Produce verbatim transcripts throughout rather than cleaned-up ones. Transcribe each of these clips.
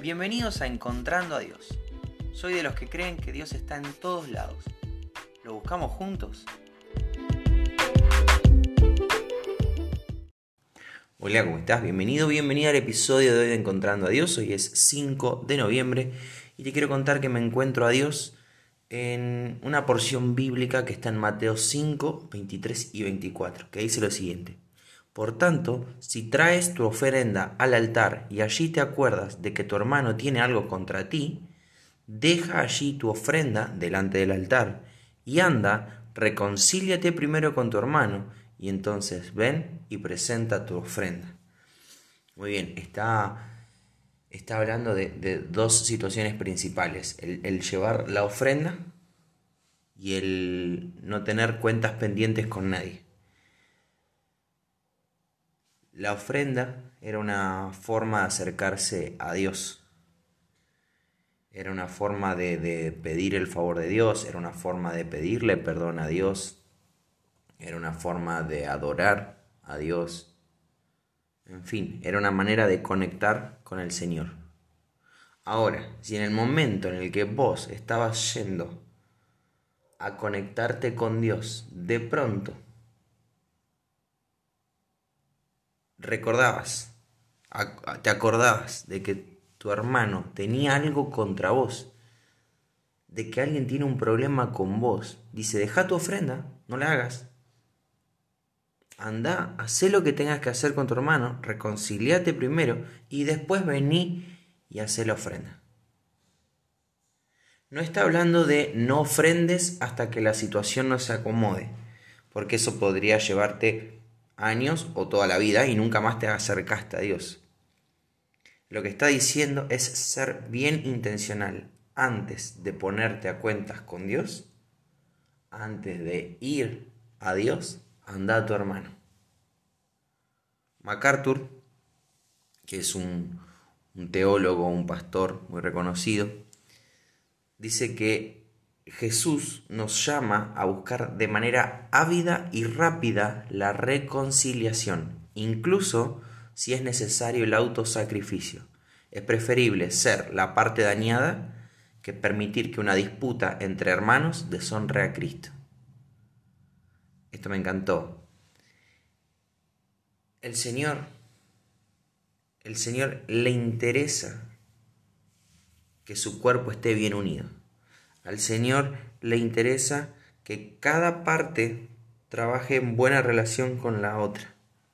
Bienvenidos a Encontrando a Dios. Soy de los que creen que Dios está en todos lados. ¿Lo buscamos juntos? Hola, ¿cómo estás? Bienvenido, bienvenida al episodio de hoy de Encontrando a Dios. Hoy es cinco de noviembre y te quiero contar que me encuentro a Dios en una porción bíblica que está en Mateo cinco, veintitrés y veinticuatro, que dice lo siguiente. Por tanto, si traes tu ofrenda al altar y allí te acuerdas de que tu hermano tiene algo contra ti, deja allí tu ofrenda delante del altar y anda, reconcíliate primero con tu hermano y entonces ven y presenta tu ofrenda. Muy bien, está, está hablando de, de dos situaciones principales, el, el llevar la ofrenda y el no tener cuentas pendientes con nadie. La ofrenda era una forma de acercarse a Dios. Era una forma de, de pedir el favor de Dios, era una forma de pedirle perdón a Dios, era una forma de adorar a Dios. En fin, era una manera de conectar con el Señor. Ahora, si en el momento en el que vos estabas yendo a conectarte con Dios, de pronto recordabas, te acordabas de que tu hermano tenía algo contra vos, de que alguien tiene un problema con vos, dice, deja tu ofrenda, no la hagas. Andá, hacé lo que tengas que hacer con tu hermano, reconciliate primero y después vení y hacé la ofrenda. No está hablando de no ofrendes hasta que la situación no se acomode, porque eso podría llevarte años o toda la vida y nunca más te acercaste a Dios. Lo que está diciendo es ser bien intencional antes de ponerte a cuentas con Dios, antes de ir a Dios, anda a tu hermano. MacArthur, que es un, un teólogo, un pastor muy reconocido, dice que Jesús nos llama a buscar de manera ávida y rápida la reconciliación, incluso si es necesario el autosacrificio. Es preferible ser la parte dañada que permitir que una disputa entre hermanos deshonre a Cristo. Esto me encantó. El Señor, el Señor le interesa que su cuerpo esté bien unido. Al Señor le interesa que cada parte trabaje en buena relación con la otra.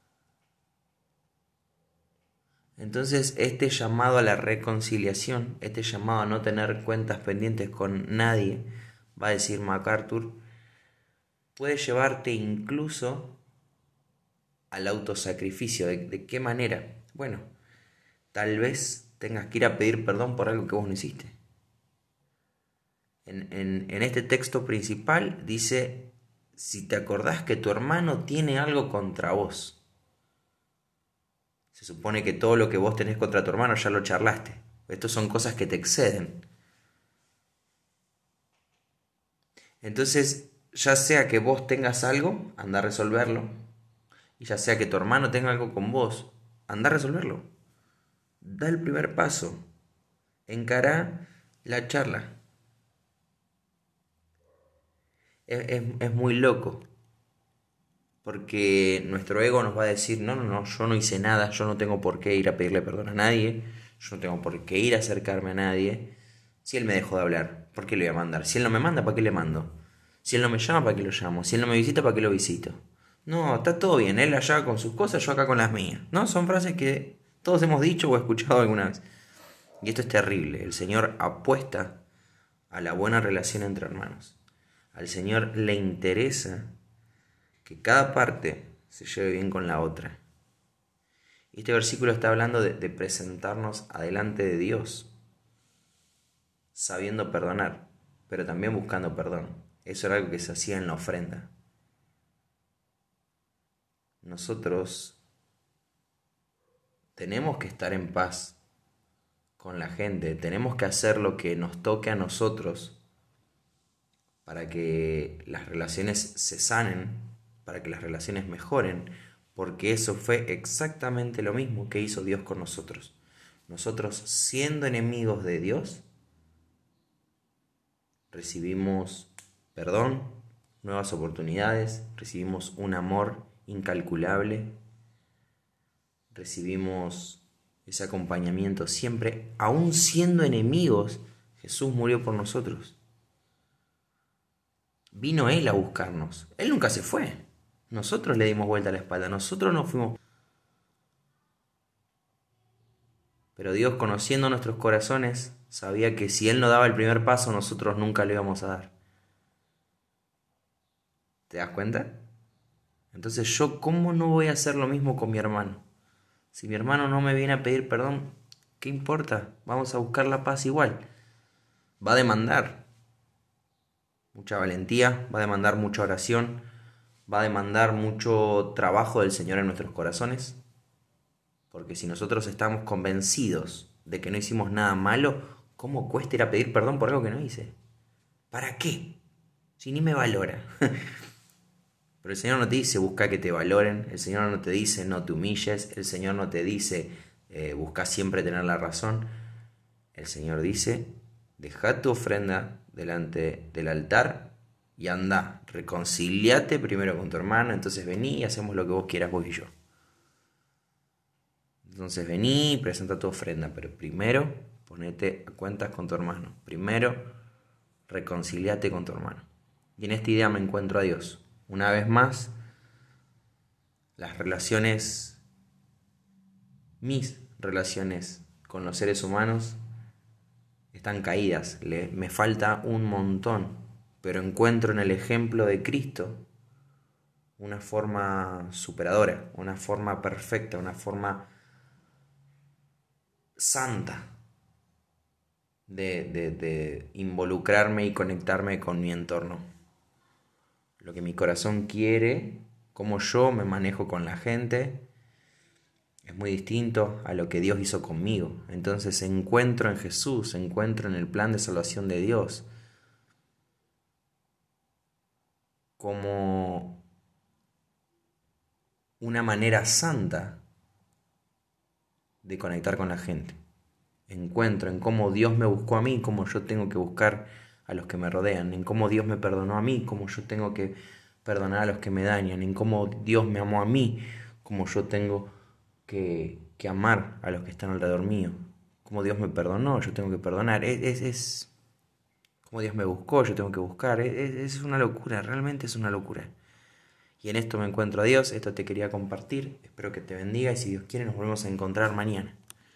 Entonces, este llamado a la reconciliación, este llamado a no tener cuentas pendientes con nadie, va a decir MacArthur, puede llevarte incluso al autosacrificio. ¿De, de qué manera? Bueno, tal vez tengas que ir a pedir perdón por algo que vos no hiciste. En, en, en este texto principal dice, si te acordás que tu hermano tiene algo contra vos. Se supone que todo lo que vos tenés contra tu hermano ya lo charlaste. Estas son cosas que te exceden. Entonces, ya sea que vos tengas algo, anda a resolverlo. Y ya sea que tu hermano tenga algo con vos, anda a resolverlo. Da el primer paso. Encará la charla. Es, es, es muy loco. Porque nuestro ego nos va a decir, no, no, no, yo no hice nada, yo no tengo por qué ir a pedirle perdón a nadie, yo no tengo por qué ir a acercarme a nadie. Si él me dejó de hablar, ¿por qué le voy a mandar? Si él no me manda, ¿para qué le mando? Si él no me llama, ¿para qué lo llamo? Si él no me visita, ¿para qué lo visito? No, está todo bien, él allá con sus cosas, yo acá con las mías. No, son frases que todos hemos dicho o escuchado alguna vez. Y esto es terrible, el Señor apuesta a la buena relación entre hermanos. Al Señor le interesa que cada parte se lleve bien con la otra. Y este versículo está hablando de, de presentarnos adelante de Dios, sabiendo perdonar, pero también buscando perdón. Eso era algo que se hacía en la ofrenda. Nosotros tenemos que estar en paz con la gente, tenemos que hacer lo que nos toque a nosotros para que las relaciones se sanen, para que las relaciones mejoren, porque eso fue exactamente lo mismo que hizo Dios con nosotros. Nosotros, siendo enemigos de Dios, recibimos perdón, nuevas oportunidades, recibimos un amor incalculable, recibimos ese acompañamiento siempre, aún siendo enemigos. Jesús murió por nosotros. Vino Él a buscarnos. Él nunca se fue. Nosotros le dimos vuelta a la espalda. Nosotros nos fuimos. Pero Dios, conociendo nuestros corazones, sabía que si Él no daba el primer paso, nosotros nunca lo íbamos a dar. ¿Te das cuenta? Entonces yo, ¿cómo no voy a hacer lo mismo con mi hermano? Si mi hermano no me viene a pedir perdón, ¿qué importa? Vamos a buscar la paz igual. Va a demandar mucha valentía, va a demandar mucha oración, va a demandar mucho trabajo del Señor en nuestros corazones. Porque si nosotros estamos convencidos de que no hicimos nada malo, ¿cómo cuesta ir a pedir perdón por algo que no hice? ¿Para qué? Si ni me valora. Pero el Señor no te dice busca que te valoren, el Señor no te dice no te humilles, el Señor no te dice eh, busca siempre tener la razón. El Señor dice, deja tu ofrenda delante del altar y anda, reconciliate primero con tu hermano, entonces vení y hacemos lo que vos quieras vos y yo. Entonces vení y presenta tu ofrenda, pero primero ponete a cuentas con tu hermano, primero reconciliate con tu hermano. Y en esta idea me encuentro a Dios. Una vez más, las relaciones, mis relaciones con los seres humanos están caídas, le, me falta un montón, pero encuentro en el ejemplo de Cristo una forma superadora, una forma perfecta, una forma santa de, de, de involucrarme y conectarme con mi entorno. Lo que mi corazón quiere, cómo yo me manejo con la gente, es muy distinto a lo que Dios hizo conmigo. Entonces encuentro en Jesús, encuentro en el plan de salvación de Dios como una manera santa de conectar con la gente. Encuentro en cómo Dios me buscó a mí, cómo yo tengo que buscar a los que me rodean, en cómo Dios me perdonó a mí, cómo yo tengo que perdonar a los que me dañan, en cómo Dios me amó a mí, cómo yo tengo que, que amar a los que están alrededor mío, cómo Dios me perdonó, yo tengo que perdonar, es, es, es como Dios me buscó, yo tengo que buscar, es, es una locura, realmente es una locura. Y en esto me encuentro a Dios, esto te quería compartir, espero que te bendiga y si Dios quiere nos volvemos a encontrar mañana.